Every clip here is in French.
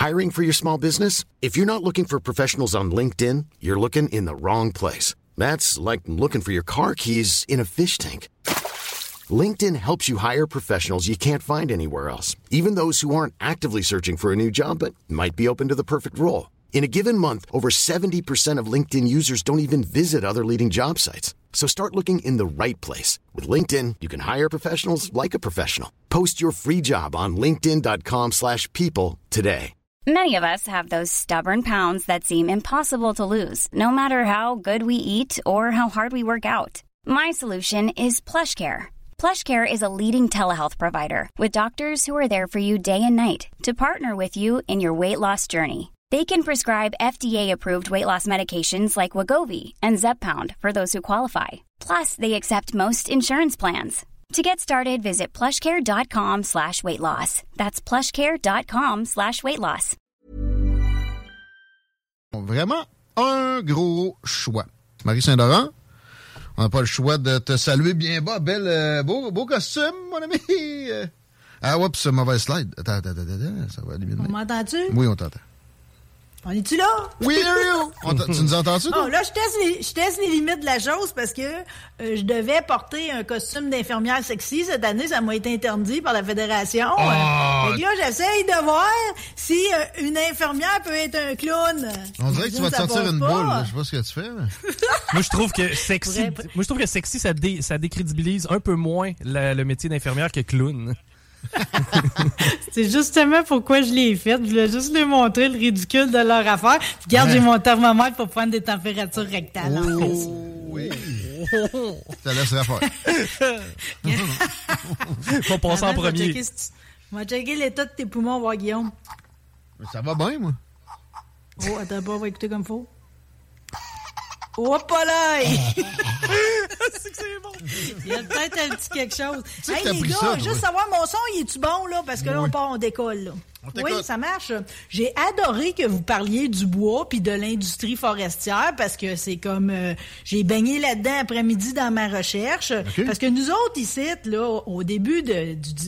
Hiring for your small business? If you're not looking for professionals on LinkedIn, you're looking in the wrong place. That's like looking for your car keys in a fish tank. LinkedIn helps you hire professionals you can't find anywhere else, even those who aren't actively searching for a new job but might be open to the perfect role. In a given month, over 70% of LinkedIn users don't even visit other leading job sites. So start looking in the right place. With LinkedIn, you can hire professionals like a professional. Post your free job on linkedin.com/people today. Many of us have those stubborn pounds that seem impossible to lose, no matter how good we eat or how hard we work out. My solution is PlushCare. PlushCare is a leading telehealth provider with doctors who are there for you day and night to partner with you in your weight loss journey. They can prescribe FDA-approved weight loss medications like Wegovy and Zepbound for those who qualify. Plus, they accept most insurance plans. To get started, visit plushcare.com/weightloss. That's plushcare.com/weightloss. Vraiment un gros choix. Marie Saint-Laurent, on n'a pas le choix de te saluer bien bas. Beau costume, mon ami. Ah ouais, puis c'est mauvaise slide. Attends, ça va éliminer. On m'entend-tu? Oui, on t'entend. On est-tu là? Oui, tu nous entends-tu? Oh, là, je teste les limites de la chose parce que je devais porter un costume d'infirmière sexy. Cette année, ça m'a été interdit par la fédération. Oh. Donc là, j'essaye de voir si une infirmière peut être un clown. On dirait que tu vas te sortir une boule. Je sais pas ce que tu fais. Mais... Moi, je trouve que sexy, ça décrédibilise un peu moins le métier d'infirmière que clown. C'est justement pourquoi je l'ai fait. Je voulais juste leur montrer le ridicule de leur affaire. Puis regarde, j'ai mon thermomètre pour prendre des températures rectales. Oui. Je te laisserai faire. Faut passer en premier. On va checker l'état de tes poumons, voir Guillaume. Ça va bien, moi. Oh, attends pas, on va écouter comme faut. Hop là! C'est que c'est bon! Il y a peut-être un petit quelque chose. Tu sais hey, les gars, ça, juste savoir, mon son, il est-tu bon, là? Parce que là, on décolle, là. Oui, ça marche. J'ai adoré que vous parliez du bois puis de l'industrie forestière parce que c'est comme... j'ai baigné là-dedans après-midi dans ma recherche. Okay. Parce que nous autres, ici, là, au début du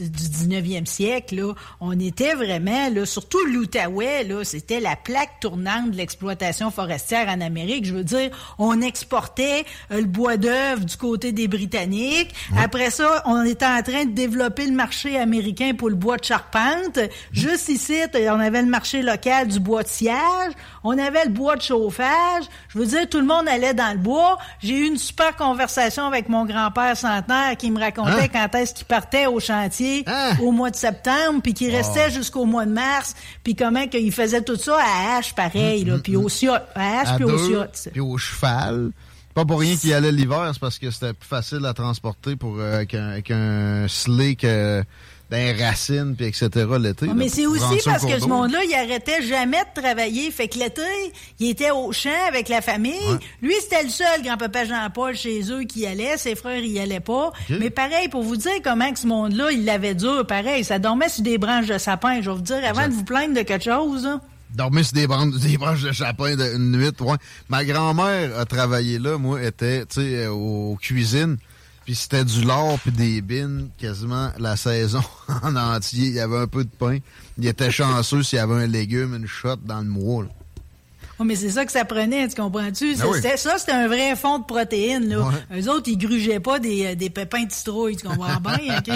19e siècle, là, on était vraiment, là, surtout l'Outaouais, là, c'était la plaque tournante de l'exploitation forestière en Amérique. Je veux dire, on exportait le bois d'œuvre du côté des Britanniques. Ouais. Après ça, on était en train de développer le marché américain pour le bois de charpente. Juste ici, on avait le marché local du bois de sciage, on avait le bois de chauffage. Je veux dire, tout le monde allait dans le bois. J'ai eu une super conversation avec mon grand-père centenaire qui me racontait quand est-ce qu'il partait au chantier au mois de septembre, puis qu'il restait jusqu'au mois de mars, puis comment qu'il faisait tout ça à hache, pareil, là, puis au ciotte, à hache puis au ciotte. Puis au cheval. Pas pour rien qu'il y allait l'hiver, c'est parce que c'était plus facile à transporter pour qu'un sleigh d'un racine, puis etc. l'été. Mais c'est aussi parce que ce monde-là, il arrêtait jamais de travailler. Fait que l'été, il était au champ avec la famille. Ouais. Lui, c'était le seul grand-papa Jean-Paul chez eux qui y allait. Ses frères, y allaient pas. Okay. Mais pareil, pour vous dire comment que ce monde-là, il l'avait dur, pareil, ça dormait sur des branches de sapin. Je vais vous dire, avant de vous plaindre de quelque chose, là. Dormir sur des branches de sapin une nuit, ouais. Ma grand-mère a travaillé là, moi, était, tu sais, aux cuisines. Puis c'était du lard puis des bines quasiment la saison en entier. Il y avait un peu de pain. Il était chanceux s'il y avait un légume, une shot dans le mois. Là. Oh, mais c'est ça que ça prenait, tu comprends-tu? Ben C'était un vrai fond de protéines. Là. Ouais. Eux autres, ils grugeaient pas des pépins de citrouille, tu comprends bien? Okay?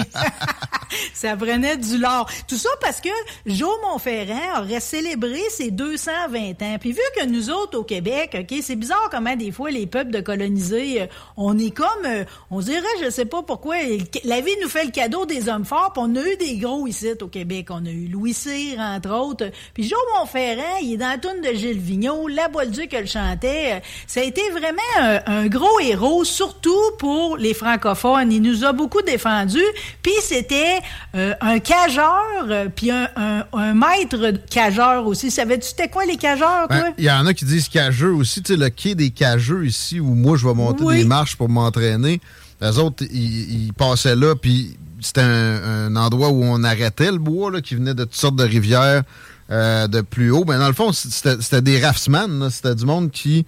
Ça prenait du lard. Tout ça parce que Joe Montferrand aurait célébré ses 220 ans. Puis vu que nous autres, au Québec, OK, c'est bizarre comment des fois les peuples de colonisés, on est comme, on dirait, je sais pas pourquoi, la vie nous fait le cadeau des hommes forts, puis on a eu des gros ici au Québec. On a eu Louis Cyr, entre autres. Puis Joe Montferrand, il est dans la toune de Gilles Vigneault, La Bolduc le chantait. Ça a été vraiment un gros héros, surtout pour les francophones. Il nous a beaucoup défendus. Puis c'était un cageur, puis un maître cageur aussi. Savais-tu c'était quoi les cageurs, toi? Il y en a qui disent cageux aussi. Tu sais, le quai des cageux ici, où moi, je vais monter des marches pour m'entraîner. Les autres, ils passaient là, puis c'était un endroit où on arrêtait le bois, là, qui venait de toutes sortes de rivières de plus haut. Ben, dans le fond, c'était des raftsman, là. C'était du monde qui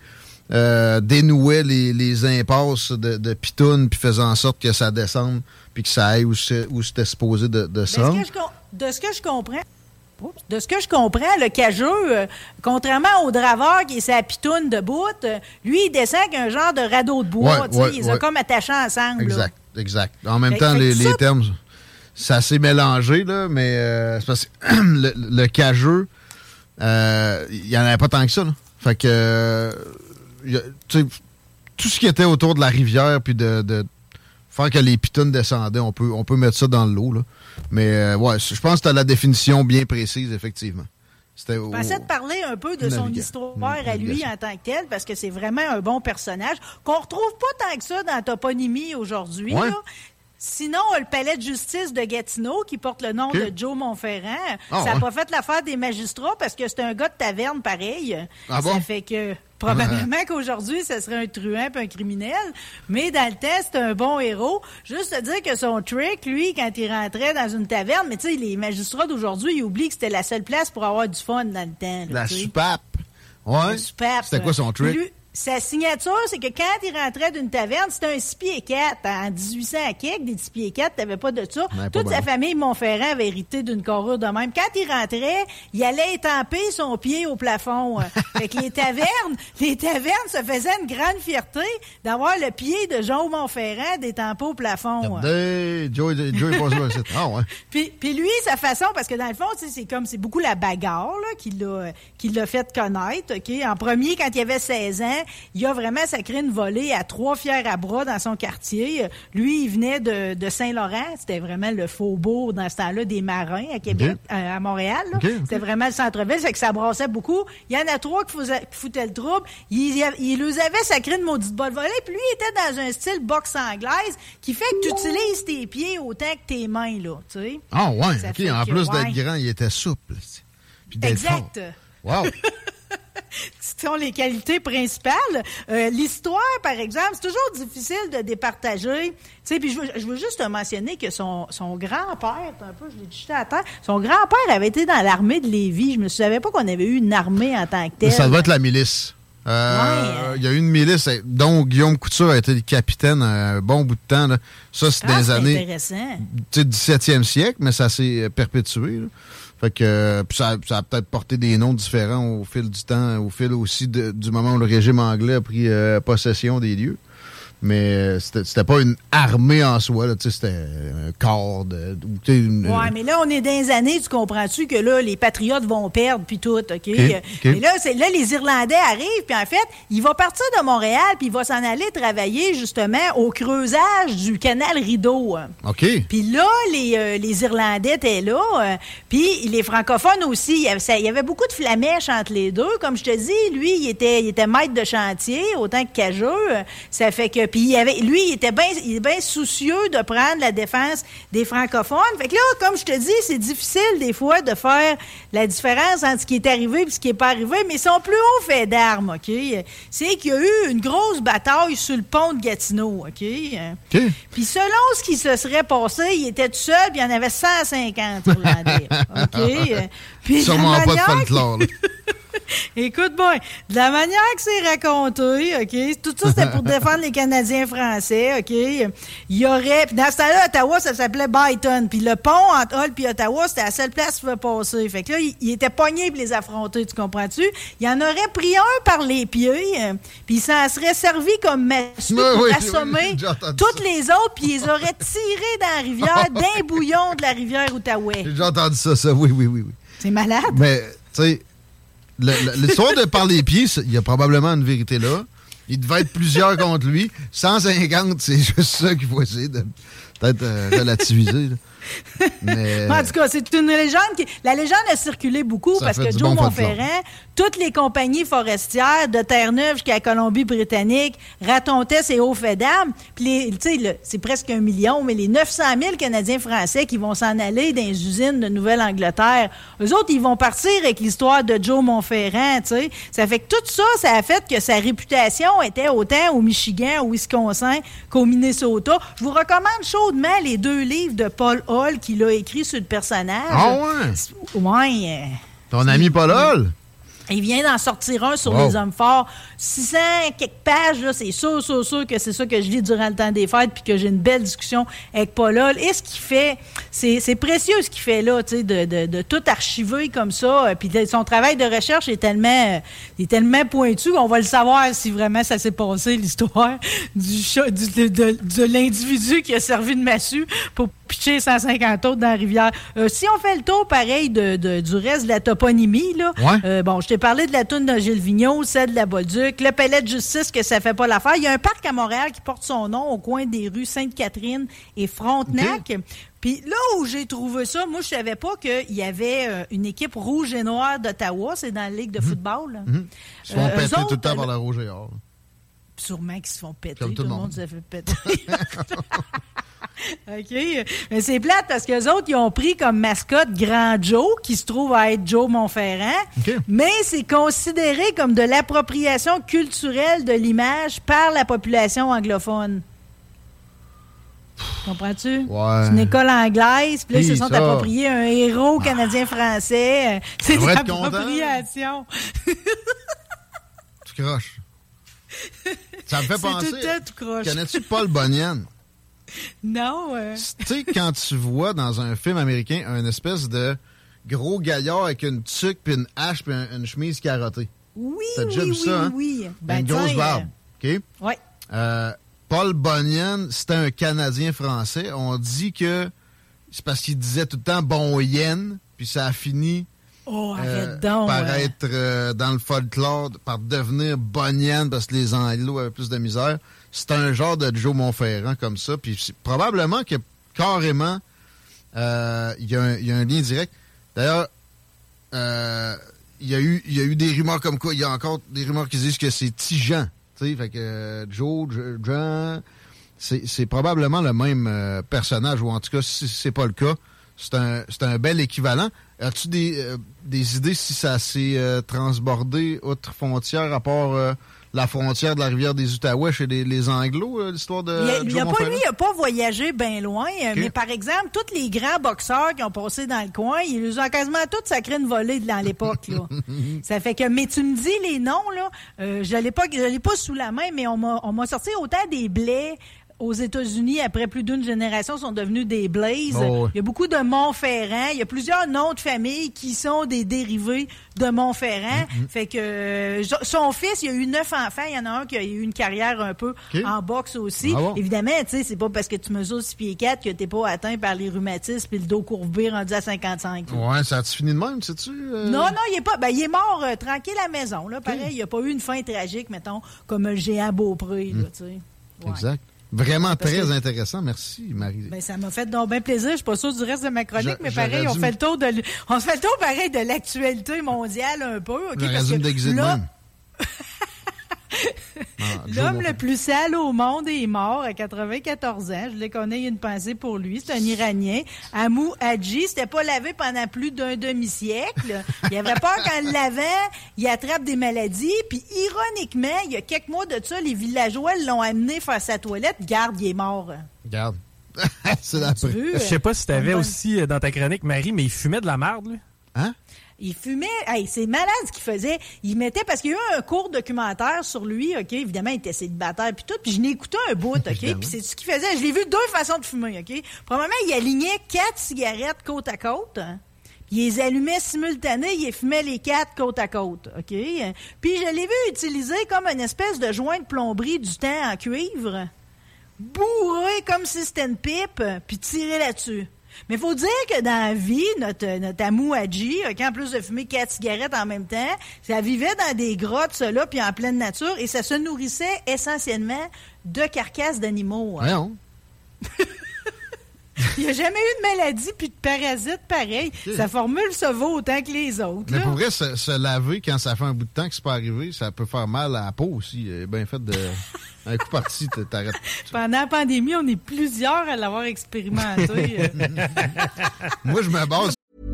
dénouait les impasses de pitounes, puis faisait en sorte que ça descende, puis que ça aille où c'était supposé de descendre. De ce que je comprends, De ce que je comprends, le cageux, contrairement au draveur qui est sa pitoune de bout, lui, il descend avec un genre de radeau de bois. Ils ont comme attachés ensemble. Exact. En même temps, les termes, c'est assez mélangé, là, mais c'est parce que le cageux, il n'y en avait pas tant que ça. Là. Fait que, tout ce qui était autour de la rivière, puis de faire que les pitounes descendaient, on peut mettre ça dans l'eau, là. Mais je pense que tu as la définition bien précise, effectivement. Je pensais de parler un peu de son histoire à lui en tant que tel, parce que c'est vraiment un bon personnage, qu'on retrouve pas tant que ça dans la toponymie aujourd'hui. Ouais. Là. Sinon, le palais de justice de Gatineau, qui porte le nom de Joe Montferrand, ça n'a pas fait l'affaire des magistrats, parce que c'est un gars de taverne pareil. Ça fait que... Probablement qu'aujourd'hui, ce serait un truand et un criminel, mais dans le temps, c'était un bon héros. Juste te dire que son trick, lui, quand il rentrait dans une taverne, mais tu sais, les magistrats d'aujourd'hui, ils oublient que c'était la seule place pour avoir du fun dans le temps. La soupape. Ouais. C'était quoi son trick? Sa signature, c'est que quand il rentrait d'une taverne, c'était un 6 pieds 4. En 1800 à quelque, des 6 pieds 4, t'avais pas de ça. Toute sa famille Montferrand avait hérité d'une carrure de même. Quand il rentrait, il allait étamper son pied au plafond. Fait que les tavernes se faisaient une grande fierté d'avoir le pied de Joe Montferrand d'étamper au plafond. Joe est pas sûr. Ah ouais. Puis lui, sa façon, parce que dans le fond, c'est beaucoup la bagarre là, qui l'a fait connaître. Okay? En premier, quand il avait 16 ans, il a vraiment sacré une volée à 3 fiers à bras dans son quartier. Lui, il venait de Saint-Laurent. C'était vraiment le faubourg dans ce temps-là des Marins à Québec, à Montréal. C'était vraiment le centre-ville. Fait que ça brassait beaucoup. Il y en a 3 qui foutaient le trouble. Il les avait sacré une maudite bonne volée. Puis lui, il était dans un style boxe anglaise qui fait que tu utilises tes pieds autant que tes mains. Là, tu sais. Ah ouais. OK. En plus d'être grand, il était souple. Puis d'être exact. Fort. Wow. Ce sont les qualités principales. L'histoire, par exemple, c'est toujours difficile de départager. Tu sais, puis je veux juste mentionner que son grand-père, un peu, je l'ai jeté à terre, son grand-père avait été dans l'armée de Lévis. Je ne savais pas qu'on avait eu une armée en tant que telle. Ça doit être la milice. Il y a eu une milice dont Guillaume Couture a été le capitaine un bon bout de temps. Là. Ça, c'est dans les années 17e siècle, mais ça s'est perpétué. Là. Fait que ça a peut-être porté des noms différents au fil du temps, au fil aussi du moment où le régime anglais a pris possession des lieux. Mais c'était pas une armée en soi, là, c'était un corps de... Ouais, mais là, on est dans les années, tu comprends-tu, que là, les Patriotes vont perdre, puis tout, OK? Mais là, les Irlandais arrivent, puis en fait, il va partir de Montréal, puis il va s'en aller travailler, justement, au creusage du canal Rideau. OK. Puis là, les Irlandais étaient là, puis les francophones aussi. Il y avait beaucoup de flamèches entre les deux. Comme je te dis, lui, il était maître de chantier, autant que cageux. Ça fait que puis il était bien soucieux de prendre la défense des francophones. Fait que là, comme je te dis, c'est difficile des fois de faire la différence entre ce qui est arrivé et ce qui n'est pas arrivé, mais son plus haut fait d'armes, OK? C'est qu'il y a eu une grosse bataille sur le pont de Gatineau, OK? Puis selon ce qui se serait passé, il était tout seul, puis il y en avait 150 Irlandais, OK? Puis sûrement pas de folklore, là. Écoute, bon, de la manière que c'est raconté, OK, tout ça, c'était pour défendre les Canadiens français, OK, il y aurait... Puis dans ce temps-là, Ottawa, ça s'appelait Byton. Puis le pont entre Hull et Ottawa, c'était la seule place où il pouvait passer. Fait que là, il était pogné pour les affronter, tu comprends-tu? Il en aurait pris un par les pieds, puis il s'en serait servi comme massue pour assommer toutes les autres, puis ils auraient tiré dans la rivière, d'un bouillon de la rivière Outaouais. J'ai déjà entendu ça, oui. C'est malade. Mais, tu sais... L'histoire de par les pieds, il y a probablement une vérité là. Il devait être plusieurs contre lui. 150, c'est juste ça qu'il faut essayer de peut-être relativiser. Là. Mais... En tout cas, c'est une légende la légende a circulé beaucoup parce que Joe Montferrand, toutes les compagnies forestières de Terre-Neuve jusqu'à la Colombie-Britannique racontaient ses hauts faits d'armes. Puis, c'est presque 1 million, mais les 900 000 Canadiens français qui vont s'en aller dans les usines de Nouvelle-Angleterre, eux autres, ils vont partir avec l'histoire de Joe Montferrand, tu sais. Ça fait que tout ça, ça a fait que sa réputation était autant au Michigan, au Wisconsin qu'au Minnesota. Je vous recommande chaudement les 2 livres de Paul Hall qu'il a écrit sur le personnage. Ah ouais? Ouais. Ton ami Paul Hall? Il vient d'en sortir un sur les hommes forts. 600 quelques pages, là, c'est sûr que c'est ça que je lis durant le temps des fêtes puis que j'ai une belle discussion avec Paula. Et ce qu'il fait, c'est précieux ce qu'il fait là, tu sais, de tout archiver comme ça. Puis son travail de recherche est tellement pointu qu'on va le savoir si vraiment ça s'est passé, l'histoire de l'individu qui a servi de massue pour pitcher 150 autres dans la rivière. Si on fait le tour, pareil, du reste de la toponymie, là, je t'ai parlé de la toune de Gilles Vigneault, celle de la Bolduc, le palais de justice que ça fait pas l'affaire. Il y a un parc à Montréal qui porte son nom au coin des rues Sainte-Catherine et Frontenac. Okay. Puis là où j'ai trouvé ça, moi, je savais pas qu'il y avait une équipe rouge et noire d'Ottawa. C'est dans la Ligue de football. Ils se font péter tout le temps par la rouge et or. Sûrement qu'ils se font péter. Comme tout le monde se fait péter. OK. Mais c'est plate parce qu'eux autres, ils ont pris comme mascotte Grand Joe, qui se trouve à être Joe Montferrand. Okay. Mais c'est considéré comme de l'appropriation culturelle de l'image par la population anglophone. Comprends-tu? Ouais. C'est une école anglaise, puis là, ils se sont appropriés un héros canadien-français. C'est de l'appropriation. Tu croches. Ça me fait penser. Tout croche. Connais-tu Paul Bunyan? Non. Tu sais, quand tu vois dans un film américain un espèce de gros gaillard avec une tuque, puis une hache, puis une chemise carottée. Oui, t'as déjà vu ça, hein? Oui. Une grosse barbe. OK? Oui. Paul Bunyan, c'était un Canadien français. On dit que c'est parce qu'il disait tout le temps « bon yen », puis ça a fini par être dans le folklore, par devenir Bunyan, parce que les Anglos avaient plus de misère. C'est un genre de Joe Montferrand comme ça. Puis probablement que carrément, il y a un lien direct. D'ailleurs, il y a eu des rumeurs comme quoi. Il y a encore des rumeurs qui disent que c'est Tijan. Tu sais, fait que Joe, Jean, c'est probablement le même personnage. Ou en tout cas, si c'est pas le cas, c'est un bel équivalent. As-tu des idées si ça s'est transbordé outre frontière, à part... la frontière de la rivière des Outaouais chez les Anglos, l'histoire de Joe Montferrand? Il n'a pas voyagé bien loin, mais par exemple, tous les grands boxeurs qui ont passé dans le coin, ils nous ont quasiment tous sacré une volée dans l'époque. Là. Ça fait que, mais tu me dis les noms, là, je l'ai pas sous la main, mais on m'a sorti autant des blés aux États-Unis, après plus d'une génération, sont devenus des Blaze. Oh, oui. Il y a beaucoup de Montferrand. Il y a plusieurs noms de famille qui sont des dérivés de Montferrand. Fait que son fils, il a eu 9 enfants. Il y en a un qui a eu une carrière un peu en boxe aussi. Ah bon? Évidemment, tu sais, c'est pas parce que tu mesures 6 pieds 4 que t'es pas atteint par les rhumatismes et le dos courbé rendu à 55. Ouais, ça a-tu fini de même, sais-tu? Non, il est pas. Ben, il est mort tranquille à la maison. Là, pareil, il n'y a pas eu une fin tragique, mettons, comme le géant Beaupré. Là, tu sais. Ouais. Exact. Vraiment très intéressant. Merci, Marie. Ben, ça m'a fait donc bien plaisir. Je suis pas sûre du reste de ma chronique, mais pareil, on fait le tour pareil de l'actualité mondiale un peu. Okay, j'aurais dû me déguiser de même. L'homme le plus sale au monde est mort à 94 ans. Je le connais, il y a une pensée pour lui. C'est un Iranien. Amou Hadji, s'était pas lavé pendant plus d'un demi-siècle. Il avait peur qu'en le lavant, il attrape des maladies. Puis ironiquement, il y a quelques mois de ça, les villageois l'ont amené faire sa toilette. Garde, il est mort. Garde. C'est la preuve. Je sais pas si t'avais aussi dans ta chronique, Marie, mais il fumait de la merde, lui. Hein? Il fumait, c'est malade ce qu'il faisait. Il mettait, parce qu'il y a eu un court documentaire sur lui, OK? Évidemment, il était célibataire puis tout, puis je n'ai écouté un bout, OK? Puis c'est ce qu'il faisait. Je l'ai vu 2 façons de fumer, OK? Premièrement, il alignait 4 cigarettes côte à côte, hein? Puis il les allumait simultanées, il fumait les 4 côte à côte, OK? Puis je l'ai vu utiliser comme une espèce de joint de plomberie du temps en cuivre, bourré comme si c'était une pipe, puis tirer là-dessus. Mais il faut dire que dans la vie, notre Amou Hadji, en plus de fumer 4 cigarettes en même temps, ça vivait dans des grottes, ça là, puis en pleine nature, et ça se nourrissait essentiellement de carcasses d'animaux. Hein. Il n'y a jamais eu de maladie puis de parasites pareil. Sa formule se vaut autant que les autres. Mais là. pour vrai, se laver quand ça fait un bout de temps que c'est pas arrivé, ça peut faire mal à la peau aussi. Bien fait de... Un coup parti, t'arrêtes. Pendant la pandémie, on est plusieurs à l'avoir expérimenté. Moi, je me base.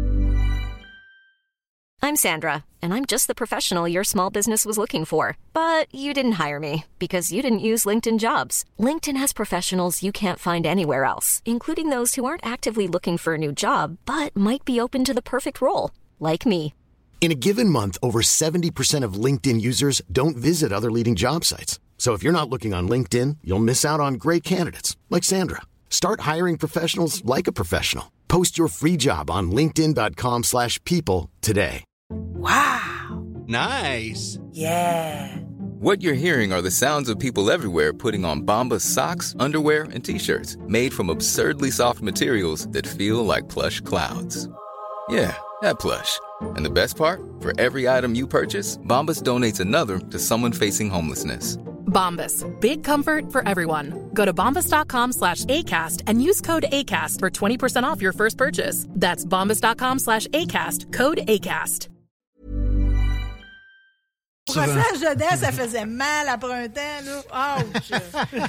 I'm Sandra, and I'm just the professional your small business was looking for. But you didn't hire me because you didn't use LinkedIn Jobs. LinkedIn has professionals you can't find anywhere else, including those who aren't actively looking for a new job, but might be open to the perfect role, like me. In a given month, over 70% of LinkedIn users don't visit other leading job sites. So if you're not looking on LinkedIn, you'll miss out on great candidates like Sandra. Start hiring professionals like a professional. Post your free job on linkedin.com/people today. Wow. Nice. Yeah. What you're hearing are the sounds of people everywhere putting on Bombas socks, underwear, and T-shirts made from absurdly soft materials that feel like plush clouds. Yeah, that plush. And the best part? For every item you purchase, Bombas donates another to someone facing homelessness. Bombas. Big comfort for everyone. Go to bombas.com/ACAST and use code ACAST for 20% off your first purchase. That's bombas.com/ACAST. Code ACAST. Brossage de dents, ça faisait mal après un temps, là. Ouch!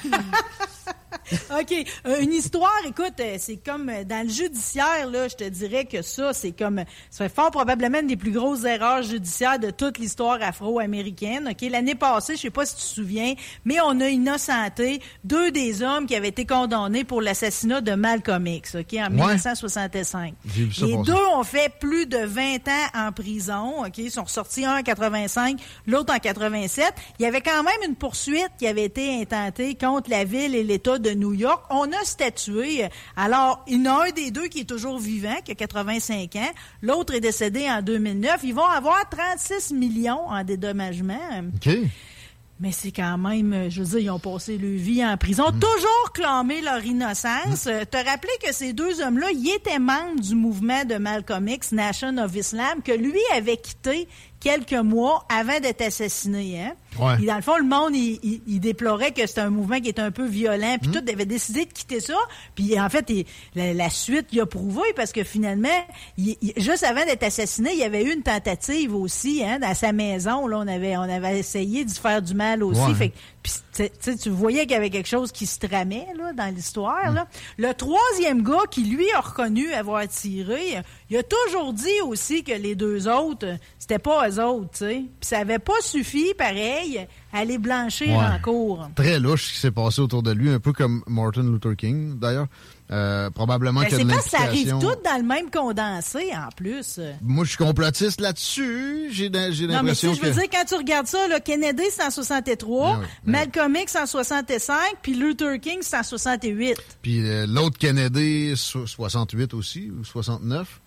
OK. Une histoire, écoute, c'est comme dans le judiciaire, là, je te dirais que ça fait fort probablement une des plus grosses erreurs judiciaires de toute l'histoire afro-américaine. OK. L'année passée, je sais pas si tu te souviens, mais on a innocenté 2 des hommes qui avaient été condamnés pour l'assassinat de Malcolm X, OK, en 1965. Les 2 ont fait plus de 20 ans en prison, OK. Ils sont ressortis, un en 85, l'autre en 87. Il y avait quand même une poursuite qui avait été intentée contre la ville et l'État de New York. On a statué. Alors, il y en a un des 2 qui est toujours vivant, qui a 85 ans. L'autre est décédé en 2009. Ils vont avoir 36 millions en dédommagement. OK. Mais c'est quand même, je veux dire, ils ont passé leur vie en prison, toujours clamé leur innocence. Te rappeler que ces 2 hommes-là, ils étaient membres du mouvement de Malcolm X, Nation of Islam, que lui avait quitté quelques mois avant d'être assassiné. Hein? Ouais. Et dans le fond, le monde, il déplorait que c'était un mouvement qui était un peu violent, puis tout avait décidé de quitter ça. Puis en fait, la suite, il a prouvé, parce que finalement, juste avant d'être assassiné, il y avait eu une tentative aussi, hein, dans sa maison. Là, on avait essayé d'y faire du mal aussi. Ouais. Fait, puis, tu voyais qu'il y avait quelque chose qui se tramait là, dans l'histoire. Là. Le 3e gars qui, lui, a reconnu avoir tiré, il a toujours dit aussi que les 2 autres, c'était pas eux autres, tu sais. Puis ça avait pas suffi, pareil, à les blanchir en cours. Très louche ce qui s'est passé autour de lui, un peu comme Martin Luther King, d'ailleurs. Probablement que c'est parce que ça arrive tout dans le même condensé, en plus. Moi, je suis complotiste là-dessus. J'ai l'impression non, mais si je veux dire, quand tu regardes ça, là, Kennedy, c'est en 63, Malcolm X, en 65, puis Luther King, c'est en 68. Puis l'autre Kennedy, 68 aussi, ou 69.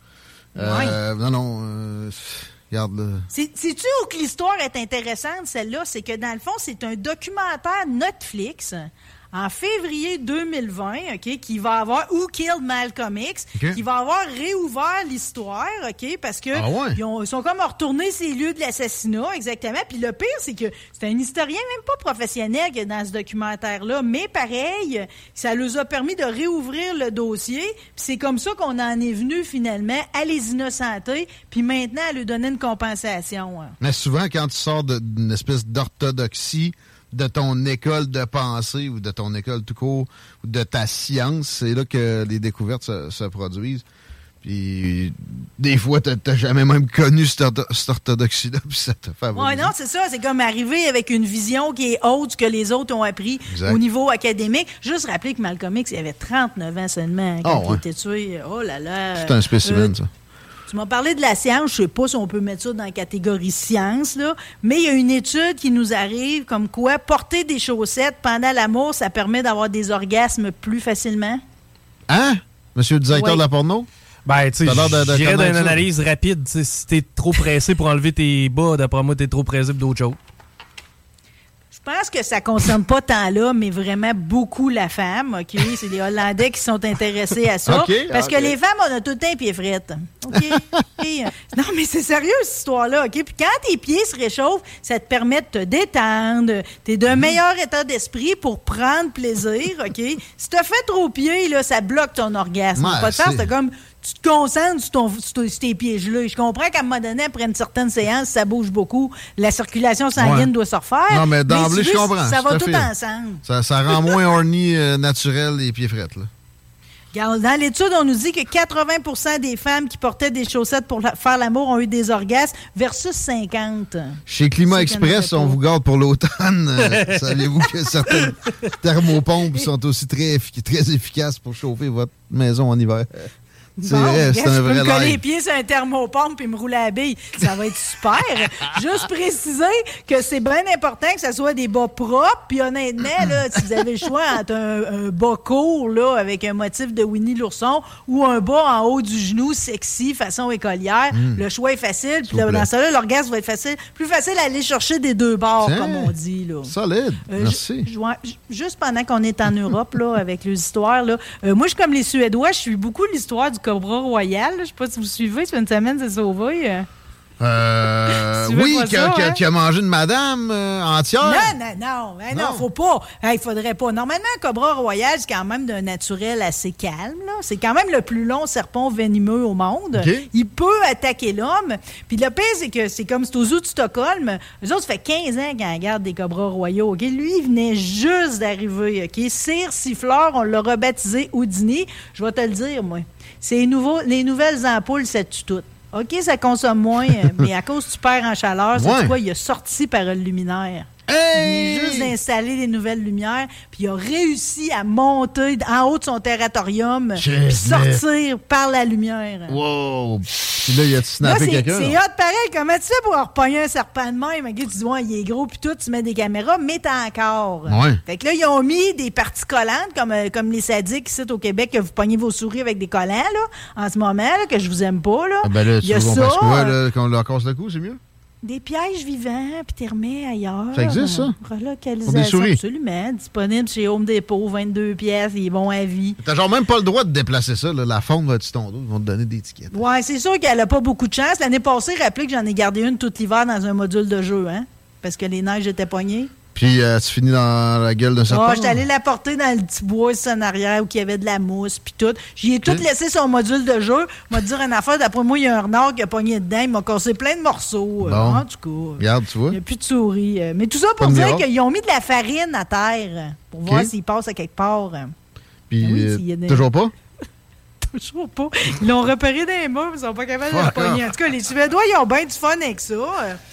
Regarde là. Sais-tu où que l'histoire est intéressante, celle-là? C'est que, dans le fond, c'est un documentaire Netflix en février 2020, OK, qui va avoir Who Killed Malcolm X, qui va avoir réouvert l'histoire, OK, parce que ils sont comme retournés ces lieux de l'assassinat, exactement. Puis le pire, c'est que c'est un historien même pas professionnel qui est dans ce documentaire-là, mais pareil, ça leur a permis de réouvrir le dossier. Puis c'est comme ça qu'on en est venu finalement à les innocenter, puis maintenant à lui donner une compensation. Hein. Mais souvent, quand tu sors d'une espèce d'orthodoxie de ton école de pensée ou de ton école tout court ou de ta science, c'est là que les découvertes se produisent. Puis des fois, t'as jamais même connu cette orthodoxie-là, puis ça te favorise. Oui, non, c'est ça. C'est comme arriver avec une vision qui est haute que les autres ont appris au niveau académique. Juste rappeler que Malcolm X, il avait 39 ans seulement quand il était tué. Oh là là. C'est un spécimen, ça. Tu m'as parlé de la science, je sais pas si on peut mettre ça dans la catégorie science, là, mais il y a une étude qui nous arrive comme quoi porter des chaussettes pendant l'amour, ça permet d'avoir des orgasmes plus facilement. Hein? Monsieur le directeur de la porno? Ben, tu sais, j'irais d'une analyse rapide. Si t'es trop pressé pour enlever tes bas, d'après moi, t'es trop pressé pour d'autres choses. Je pense que ça concerne pas tant là, mais vraiment beaucoup la femme, OK? C'est les Hollandais qui sont intéressés à ça. Parce que les femmes, on a tout le temps pieds frettes. OK? Non, mais c'est sérieux, cette histoire-là, OK? Puis quand tes pieds se réchauffent, ça te permet de te détendre. T'es d'un meilleur état d'esprit pour prendre plaisir, OK? Si t'as fait trop pieds, là, ça bloque ton orgasme. Pas de faire, c'est comme... Tu te concentres sur tes pieds gelés. Je comprends qu'à un moment donné, après une certaine séance, ça bouge beaucoup. La circulation sanguine doit se refaire. Non, mais d'emblée, je comprends. Ça va tout ensemble. Ça rend moins horny naturel les pieds frettes, là. Regarde, dans l'étude, on nous dit que 80% des femmes qui portaient des chaussettes pour faire l'amour ont eu des orgasmes versus 50. Chez Climat Express, on vous garde pour l'automne. Savez-vous que certaines thermopompes sont aussi très efficaces pour chauffer votre maison en hiver? C'est vrai, c'est un vrai live. Je peux me coller les live. pieds sur un thermopompe puis me rouler à la bille. Ça va être super. Juste préciser que c'est bien important que ça soit des bas propres. Puis honnêtement, là, si vous avez le choix entre un bas court là, avec un motif de Winnie l'ourson ou un bas en haut du genou sexy façon écolière, le choix est facile. Puis dans ça, là, l'orgasme va être facile. Plus facile à aller chercher des deux bords, comme on dit. Là. Solide. Merci. Juste pendant qu'on est en Europe, là, avec les histoires, là, moi, je suis comme les Suédois, je suis beaucoup l'histoire du Cobra Royal. Je sais pas si vous suivez, ça fait une semaine, c'est sauvé. Oui, qui a mangé une madame entière. Non, faut pas. Il faudrait pas. Normalement, un Cobra Royal, c'est quand même d'un naturel assez calme. Là. C'est quand même le plus long serpent venimeux au monde. Okay. Il peut attaquer l'homme. Puis le pire, c'est que c'est comme c'est au zoo de Stockholm. Eux autres, ça fait 15 ans qu'ils regardent des Cobras royaux. Okay? Lui, il venait juste d'arriver. Okay? Cire Siffleur, on l'a rebaptisé Houdini. Je vais te le dire, moi. C'est les nouvelles ampoules, ça tue tout. OK, ça consomme moins, mais à cause que tu perds en chaleur, c'est quoi? Il a sorti par le luminaire. Hey! Il vient juste d'installer des nouvelles lumières, puis il a réussi à monter en haut de son territorium, puis sortir par la lumière. Wow! Puis là, il a snappé quelqu'un? C'est hot pareil. Comment tu fais pour repogner un serpent de même? Okay, tu dis, ouais, il est gros, puis tout, tu mets des caméras, mais t'as encore. Ouais. Fait que là, ils ont mis des parties collantes, comme les sadiques ici au Québec, que vous pognez vos souris avec des collants, là, en ce moment, là, que je vous aime pas, là. Ah ben là, il y a tu veux ça. qu'on fasse quoi, là, qu'on leur casse le cou, c'est mieux? Des pièges vivants, puis t'es remets ailleurs. Ça existe, ça? Relocalisation, pour des souris. absolument. Disponible chez Home Depot, 22 pièces, ils vont à vie. T'as genre même pas le droit de déplacer ça, là. La faune va sur ton dos, ils vont te donner des étiquettes. Ouais, c'est sûr qu'elle a pas beaucoup de chance. L'année passée, rappelez que j'en ai gardé une tout l'hiver dans un module de jeu, hein? Parce que les neiges étaient pognées. Puis tu finis dans la gueule d'un serpent? Ah, j'étais allé la porter dans le petit bois ici en arrière où il y avait de la mousse puis tout. J'y ai tout laissé son module de jeu. M'a dire une affaire, d'après moi, il y a un renard qui a pogné dedans. Il m'a cassé plein de morceaux. Bon. En tout cas. Regarde, tu vois. Il n'y a plus de souris. Mais tout ça pour dire qu'ils ont mis de la farine à terre pour voir s'il passe à quelque part. Puis toujours pas? Toujours pas. Ils l'ont repéré dans les mains, ils sont pas capables de le pogner. En tout cas, les Suédois, ils ont bien du fun avec ça.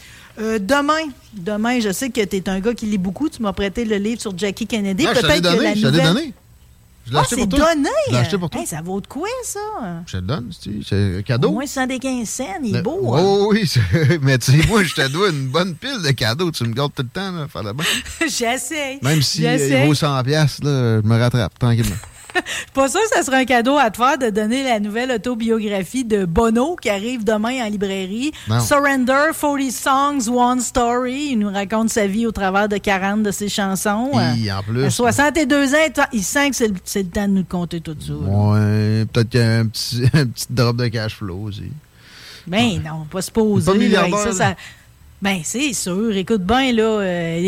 Demain, je sais que tu es un gars qui lit beaucoup. Tu m'as prêté le livre sur Jackie Kennedy. Non, peut-être que la nouvelle... donné. Je l'ai acheté pour toi. Donné? Je l'ai acheté pour toi. Hey, ça vaut de quoi, ça? Je te le donne, c'est un cadeau. Au moins 75 cents, il est beau. Oh, oui, mais tu sais, moi, je te dois une bonne pile de cadeaux. Tu me gardes tout le temps, là, faire la bonne. J'essaie. Même si il vaut 100$, là, je me rattrape tranquillement. Je suis pas sûre que ça serait un cadeau à te faire de donner la nouvelle autobiographie de Bono qui arrive demain en librairie. Non. Surrender, 40 Songs, One Story. Il nous raconte sa vie au travers de 40 de ses chansons. Et en plus... À 62 ans, il sent que c'est le temps de nous compter tout ça. Ouais, peut-être qu'il y a un petit drop de cash flow aussi. Ben non, pas se poser. Ben, c'est sûr. Écoute bien, là.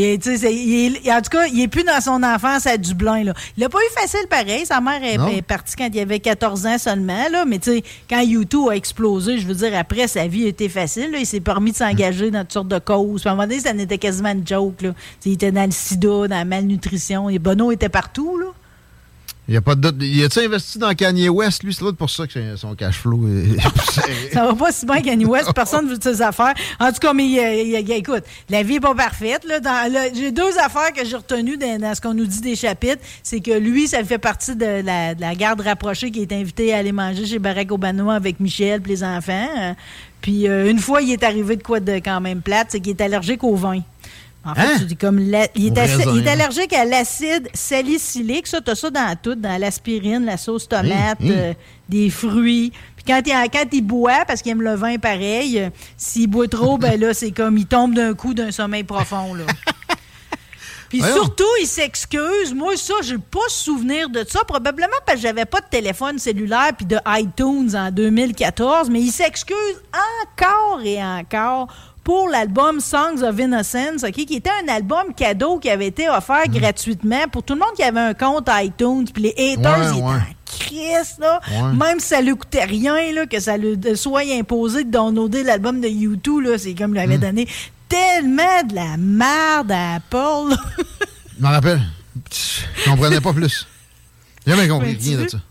En tout cas, il est plus dans son enfance à Dublin, là. Il a pas eu facile pareil. Sa mère est partie quand il avait 14 ans seulement, là. Mais, tu sais, quand U2 a explosé, je veux dire, après, sa vie a été facile, là. Il s'est permis de s'engager dans toutes sortes de causes. Puis, à un moment donné, ça n'était quasiment une joke, là. T'sais, il était dans le sida, dans la malnutrition. Et Bono était partout, là. Il n'y a pas de doute. Il a-tu investi dans Kanye West, lui? C'est là pour ça que son cash flow est... Ça va pas si bien Kanye West, personne ne veut de ses affaires. En tout cas, mais écoute, la vie n'est pas parfaite. Là. J'ai deux affaires que j'ai retenues dans ce qu'on nous dit des chapitres. C'est que lui, ça fait partie de la garde rapprochée qui est invité à aller manger chez Barack Obama avec Michel et les enfants. Puis une fois, il est arrivé de quoi de quand même plate, c'est qu'il est allergique au vin. En fait, c'est comme il est allergique à l'acide salicylique. Ça, t'as ça dans tout, dans l'aspirine, la sauce tomate, des fruits. Puis quand il boit, parce qu'il aime le vin pareil, s'il boit trop, ben là, c'est comme il tombe d'un coup d'un sommeil profond, là. Puis surtout, il s'excuse. Moi, ça, j'ai pas souvenir de ça. Probablement parce que j'avais pas de téléphone cellulaire puis de iTunes en 2014. Mais il s'excuse encore et encore pour l'album Songs of Innocence, qui était un album cadeau qui avait été offert gratuitement pour tout le monde qui avait un compte iTunes. Puis les haters, ils étaient en crise, là. Ouais. Même si ça lui coûtait rien, là, que ça lui soit imposé de downloader l'album de U2, là, c'est comme il lui avait donné tellement de la merde à Apple. Je m'en rappelle. Je comprenais pas plus. J'ai jamais compris rien de ça.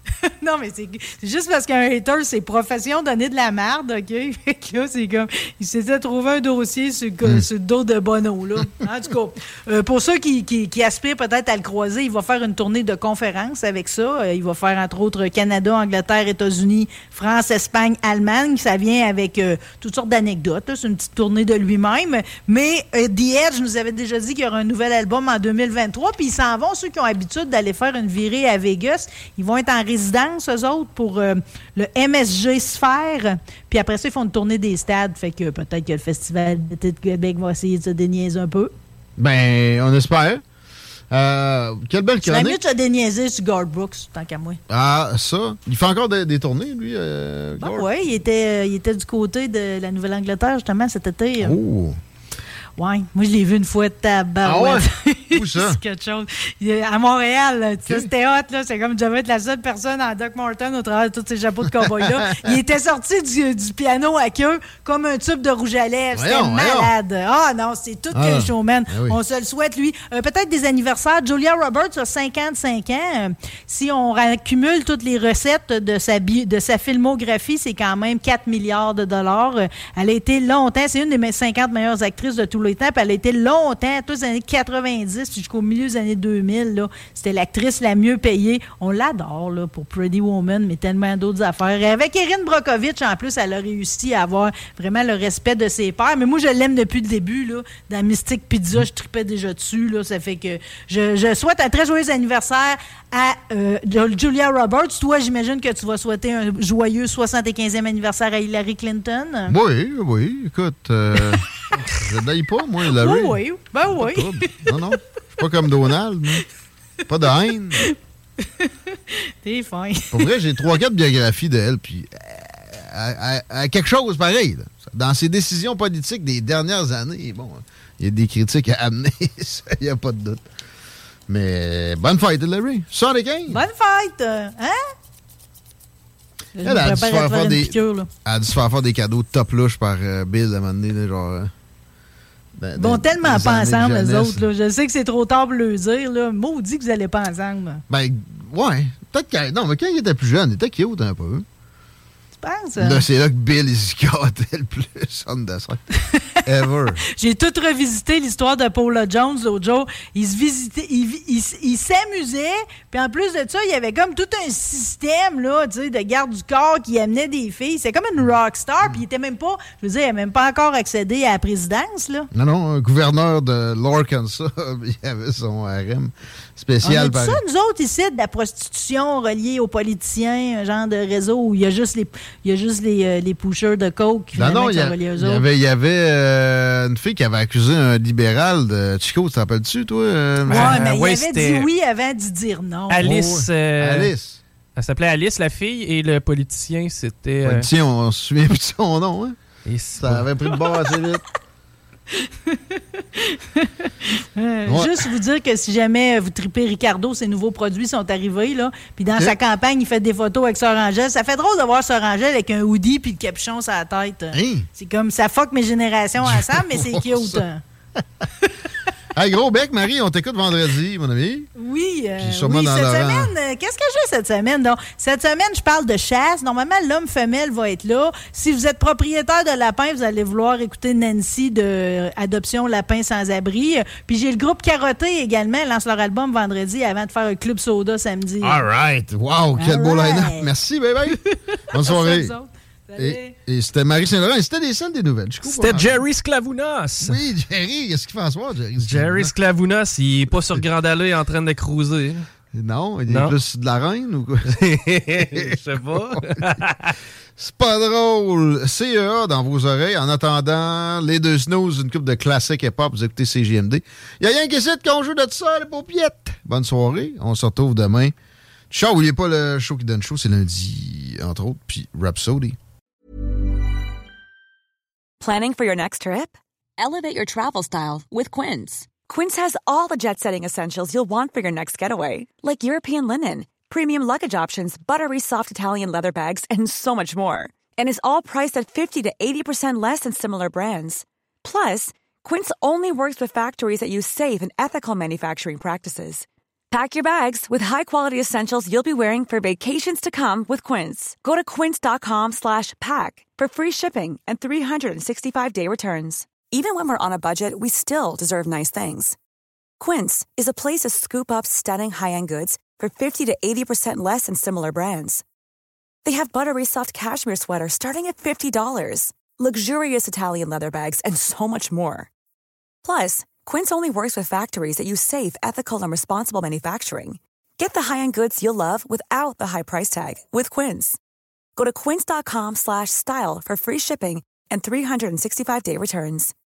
Non, mais c'est juste parce qu'un hater, c'est profession donner de la merde, OK? Fait que là, c'est comme... Il s'était trouvé un dossier sur le dos de Bono, là. En tout cas, pour ceux qui aspirent peut-être à le croiser, il va faire une tournée de conférences avec ça. Il va faire, entre autres, Canada, Angleterre, États-Unis, France, Espagne, Allemagne. Ça vient avec toutes sortes d'anecdotes. Là. C'est une petite tournée de lui-même. Mais The Edge nous avait déjà dit qu'il y aura un nouvel album en 2023. Puis ils s'en vont, ceux qui ont l'habitude d'aller faire une virée à Vegas. Ils vont être en résidence, eux autres, pour le MSG Sphere. Puis après ça, ils font une tournée des stades. Fait que peut-être que le Festival d'été de Québec va essayer de se déniaiser un peu. Ben, on espère. Quelle belle chronique. C'est mieux de se déniaiser sur Garth Brooks, tant qu'à moi. Ah, ça. Il fait encore des tournées, lui, oui, il était du côté de la Nouvelle-Angleterre, justement, cet été. Oh! Ouais, moi je l'ai vu une fois de tabarouette. Ah ouais? Où ça? C'est quelque chose. À Montréal, là, okay. C'était hot, là. C'est comme je devais être la seule personne en Doc Martens au travers de tous ces chapeaux de cow-boy-là. Il était sorti du piano à queue comme un tube de rouge à lèvres. C'était malade. Ah non, c'est tout qu'un showman. Ben oui. On se le souhaite, lui. Peut-être des anniversaires. Julia Roberts a 55 ans. Si on accumule toutes les recettes de sa filmographie, c'est quand même 4 milliards de dollars. Elle a été longtemps, c'est une des 50 meilleures actrices de tous les temps, puis elle a été longtemps, toutes les années 90 jusqu'au milieu des années 2000, là, c'était l'actrice la mieux payée. On l'adore là, pour Pretty Woman, mais tellement d'autres affaires. Et avec Erin Brockovich, en plus, elle a réussi à avoir vraiment le respect de ses pairs. Mais moi, je l'aime depuis le début. Là, dans Mystic Pizza, je tripais déjà dessus. Là, ça fait que je souhaite un très joyeux anniversaire à Julia Roberts. Toi, j'imagine que tu vas souhaiter un joyeux 75e anniversaire à Hillary Clinton. Oui. Écoute, je n'aille pas, moi, Hillary. Oui. Non. Je suis pas comme Donald. Mais pas de haine. T'es fin. Pour vrai, j'ai 3-4 biographies d'elle, puis à quelque chose pareil. Là. Dans ses décisions politiques des dernières années, bon, il y a des critiques à amener, il n'y a pas de doute. Mais bonne fête, Hillary. 75. Bonne fête, hein? Elle a dû se faire faire des cadeaux top louche par Bill à un moment donné, genre... Bon, tellement pas ensemble, les autres. Là. Je sais que c'est trop tard pour le dire. Là. Maudit que vous n'allez pas ensemble. Ben, ouais. Peut-être que... Non, mais quand il était plus jeune, il était cute un peu. Tu penses? Là, c'est là que Bill, il se gâtait le plus on the side. Ever. J'ai tout revisité l'histoire de Paula Jones l'autre jour. Il s'amusait, puis en plus de ça, il y avait comme tout un système là, tu sais, de garde du corps qui amenait des filles. C'est comme une rockstar, puis il était même pas, je veux dire, il n'a même pas encore accédé à la présidence, là. Non, un gouverneur de l'Arkansas, il avait son harem spécial. On a ça, nous autres, ici, de la prostitution reliée aux politiciens, un genre de réseau où il y a juste les pushers de coke qui sont reliés aux autres. Il y avait une fille qui avait accusé un libéral de Chico, tu t'appelles-tu, toi? Mais il avait dit oui avant d'y dire non. Alice. Alice. Elle s'appelait Alice, la fille, et le politicien, c'était... Le politicien, on se souvient plus de son nom, hein? Ça avait pris le bord assez vite. Juste vous dire que si jamais vous tripez Ricardo, ses nouveaux produits sont arrivés, là, puis dans sa campagne, il fait des photos avec Sœur Angèle. Ça fait drôle de voir Sœur Angèle avec un hoodie puis le capuchon sur la tête. C'est comme, ça fuck mes générations ensemble, mais c'est cute. Hey, gros bec, Marie, on t'écoute vendredi, mon ami. Oui, cette semaine, qu'est-ce que j'ai cette semaine? Donc, cette semaine, je parle de chasse. Normalement, l'homme-femelle va être là. Si vous êtes propriétaire de lapin, vous allez vouloir écouter Nancy de Adoption Lapin sans abri. Puis j'ai le groupe Carotté également, lance leur album vendredi avant de faire un club soda samedi. All right. Wow, quel beau line-up. Merci, bébé. Bonne soirée. Et c'était Marie Saint-Laurent. Et c'était des scènes des nouvelles. C'était Jerry Sklavounos. Oui, Jerry. Qu'est-ce qu'il fait en soir, Jerry? Jerry Sklavounos, il est pas sur Grande Allée en train de cruiser. Non, il est plus de la reine ou quoi? Je sais pas. C'est pas drôle. CEA dans vos oreilles. En attendant, les deux snooze, une coupe de classique hip-hop, vous écoutez CJMD. Il y a rien qui cite qu'on joue de ça, les paupiettes. Bonne soirée. On se retrouve demain. Ciao, n'oubliez pas le show qui donne chaud, c'est lundi, entre autres, puis Rhapsody. Planning for your next trip? Elevate your travel style with Quince. Quince has all the jet-setting essentials you'll want for your next getaway, like European linen, premium luggage options, buttery soft Italian leather bags, and so much more. And is all priced at 50 to 80% less than similar brands. Plus, Quince only works with factories that use safe and ethical manufacturing practices. Pack your bags with high-quality essentials you'll be wearing for vacations to come with Quince. Go to quince.com/pack for free shipping and 365-day returns. Even when we're on a budget, we still deserve nice things. Quince is a place to scoop up stunning high-end goods for 50 to 80% less than similar brands. They have buttery soft cashmere sweaters starting at $50, luxurious Italian leather bags, and so much more. Plus, Quince only works with factories that use safe, ethical, and responsible manufacturing. Get the high-end goods you'll love without the high price tag with Quince. Go to quince.com/style for free shipping and 365-day returns.